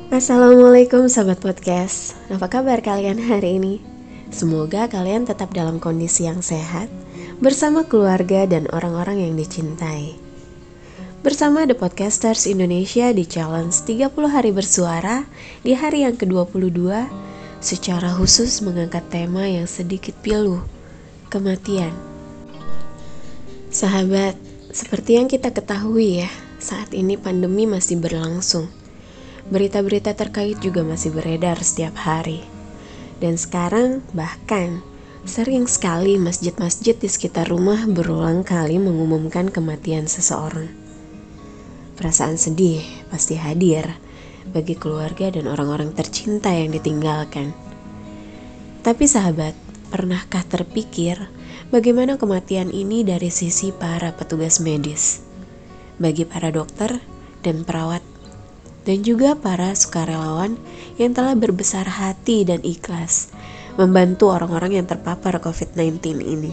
Assalamualaikum sahabat podcast. Apa kabar kalian hari ini? Semoga kalian tetap dalam kondisi yang sehat bersama keluarga dan orang-orang yang dicintai. Bersama The Podcasters Indonesia di Challenge 30 hari bersuara di hari yang ke-22, secara khusus mengangkat tema yang sedikit pilu, kematian. Sahabat, seperti yang kita ketahui ya, saat ini pandemi masih berlangsung. Berita-berita terkait juga masih beredar setiap hari. Dan sekarang bahkan sering sekali masjid-masjid di sekitar rumah berulang kali mengumumkan kematian seseorang. Perasaan sedih pasti hadir bagi keluarga dan orang-orang tercinta yang ditinggalkan. Tapi sahabat, pernahkah terpikir bagaimana kematian ini dari sisi para petugas medis? Bagi para dokter dan perawat dan juga para sukarelawan yang telah berbesar hati dan ikhlas membantu orang-orang yang terpapar COVID-19 ini.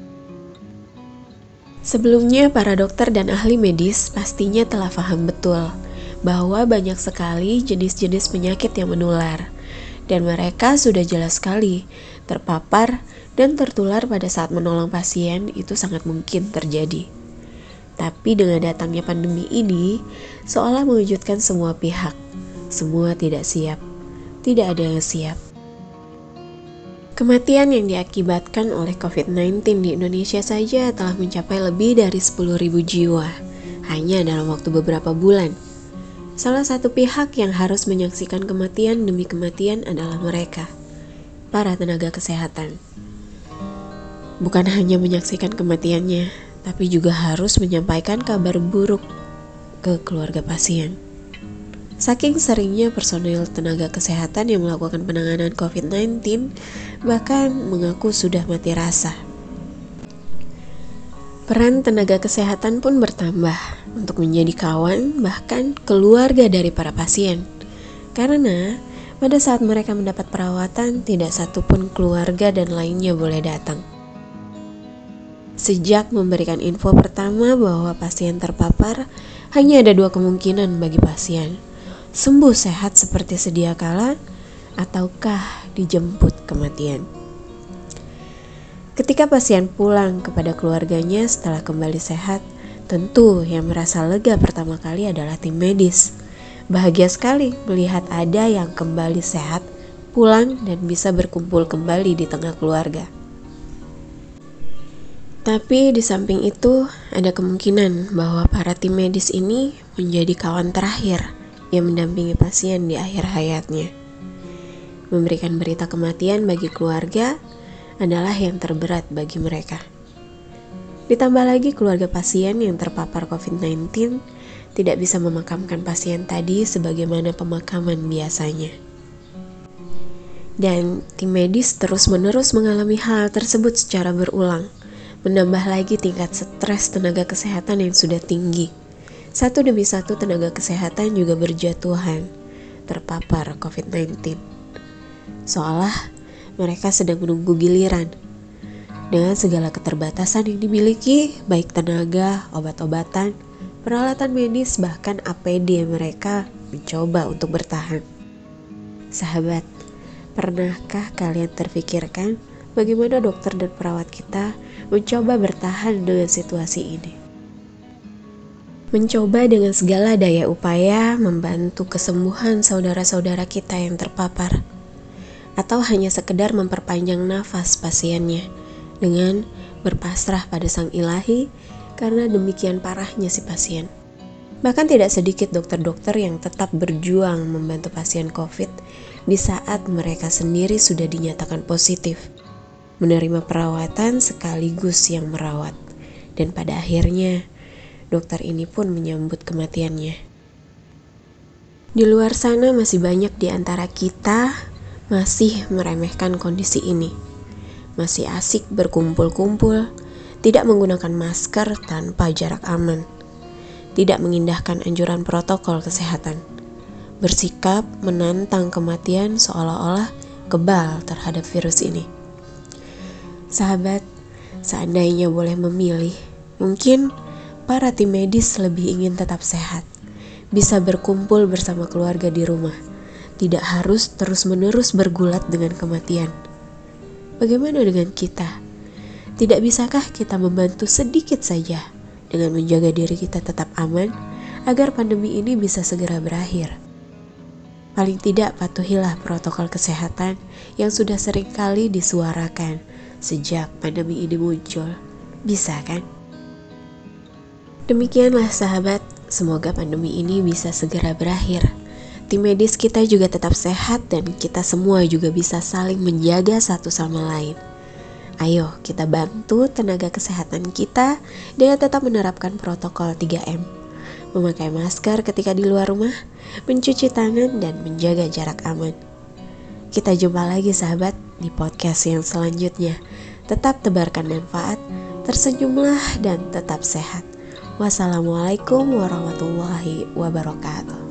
Sebelumnya, para dokter dan ahli medis pastinya telah paham betul bahwa banyak sekali jenis-jenis penyakit yang menular, dan mereka sudah jelas sekali terpapar dan tertular pada saat menolong pasien itu sangat mungkin terjadi. Tapi dengan datangnya pandemi ini, seolah mengejutkan semua pihak. Semua tidak siap. Tidak ada yang siap. Kematian yang diakibatkan oleh COVID-19 di Indonesia saja telah mencapai lebih dari 10.000 jiwa, hanya dalam waktu beberapa bulan. Salah satu pihak yang harus menyaksikan kematian demi kematian adalah mereka, para tenaga kesehatan. Bukan hanya menyaksikan kematiannya, tapi juga harus menyampaikan kabar buruk ke keluarga pasien. Saking seringnya personel tenaga kesehatan yang melakukan penanganan COVID-19 bahkan mengaku sudah mati rasa. Peran tenaga kesehatan pun bertambah untuk menjadi kawan bahkan keluarga dari para pasien. Karena pada saat mereka mendapat perawatan, tidak satupun keluarga dan lainnya boleh datang. Sejak memberikan info pertama bahwa pasien terpapar, hanya ada dua kemungkinan bagi pasien: sembuh sehat seperti sedia kala, ataukah dijemput kematian. Ketika pasien pulang kepada keluarganya setelah kembali sehat, tentu yang merasa lega pertama kali adalah tim medis. Bahagia sekali melihat ada yang kembali sehat, pulang dan bisa berkumpul kembali di tengah keluarga. Tapi di samping itu, ada kemungkinan bahwa para tim medis ini menjadi kawan terakhir yang mendampingi pasien di akhir hayatnya. Memberikan berita kematian bagi keluarga adalah yang terberat bagi mereka. Ditambah lagi keluarga pasien yang terpapar COVID-19 tidak bisa memakamkan pasien tadi sebagaimana pemakaman biasanya. Dan tim medis terus-menerus mengalami hal tersebut secara berulang. Menambah lagi tingkat stres tenaga kesehatan yang sudah tinggi. Satu demi satu tenaga kesehatan juga berjatuhan terpapar COVID-19. Seolah mereka sedang menunggu giliran. Dengan segala keterbatasan yang dimiliki, baik tenaga, obat-obatan, peralatan medis, bahkan APD, mereka mencoba untuk bertahan. Sahabat, pernahkah kalian terfikirkan bagaimana dokter dan perawat kita mencoba bertahan dengan situasi ini? Mencoba dengan segala daya upaya membantu kesembuhan saudara-saudara kita yang terpapar, atau hanya sekedar memperpanjang nafas pasiennya dengan berpasrah pada Sang Ilahi karena demikian parahnya si pasien. Bahkan tidak sedikit dokter-dokter yang tetap berjuang membantu pasien COVID di saat mereka sendiri sudah dinyatakan positif, menerima perawatan sekaligus yang merawat, dan pada akhirnya dokter ini pun menyambut kematiannya. Di luar sana masih banyak di antara kita masih meremehkan kondisi ini, masih asik berkumpul-kumpul, tidak menggunakan masker tanpa jarak aman, tidak mengindahkan anjuran protokol kesehatan, bersikap menantang kematian seolah-olah kebal terhadap virus ini. Sahabat, seandainya boleh memilih, mungkin para tim medis lebih ingin tetap sehat, bisa berkumpul bersama keluarga di rumah, tidak harus terus-menerus bergulat dengan kematian. Bagaimana dengan kita? Tidak bisakah kita membantu sedikit saja dengan menjaga diri kita tetap aman agar pandemi ini bisa segera berakhir? Paling tidak patuhilah protokol kesehatan yang sudah sering kali disuarakan sejak pandemi ini muncul. Bisa kan? Demikianlah sahabat, semoga pandemi ini bisa segera berakhir. Tim medis kita juga tetap sehat dan kita semua juga bisa saling menjaga satu sama lain. Ayo kita bantu tenaga kesehatan kita dengan tetap menerapkan protokol 3M. Memakai masker ketika di luar rumah, mencuci tangan dan menjaga jarak aman. Kita jumpa lagi sahabat di podcast yang selanjutnya. Tetap tebarkan manfaat, tersenyumlah dan tetap sehat. Wassalamualaikum warahmatullahi wabarakatuh.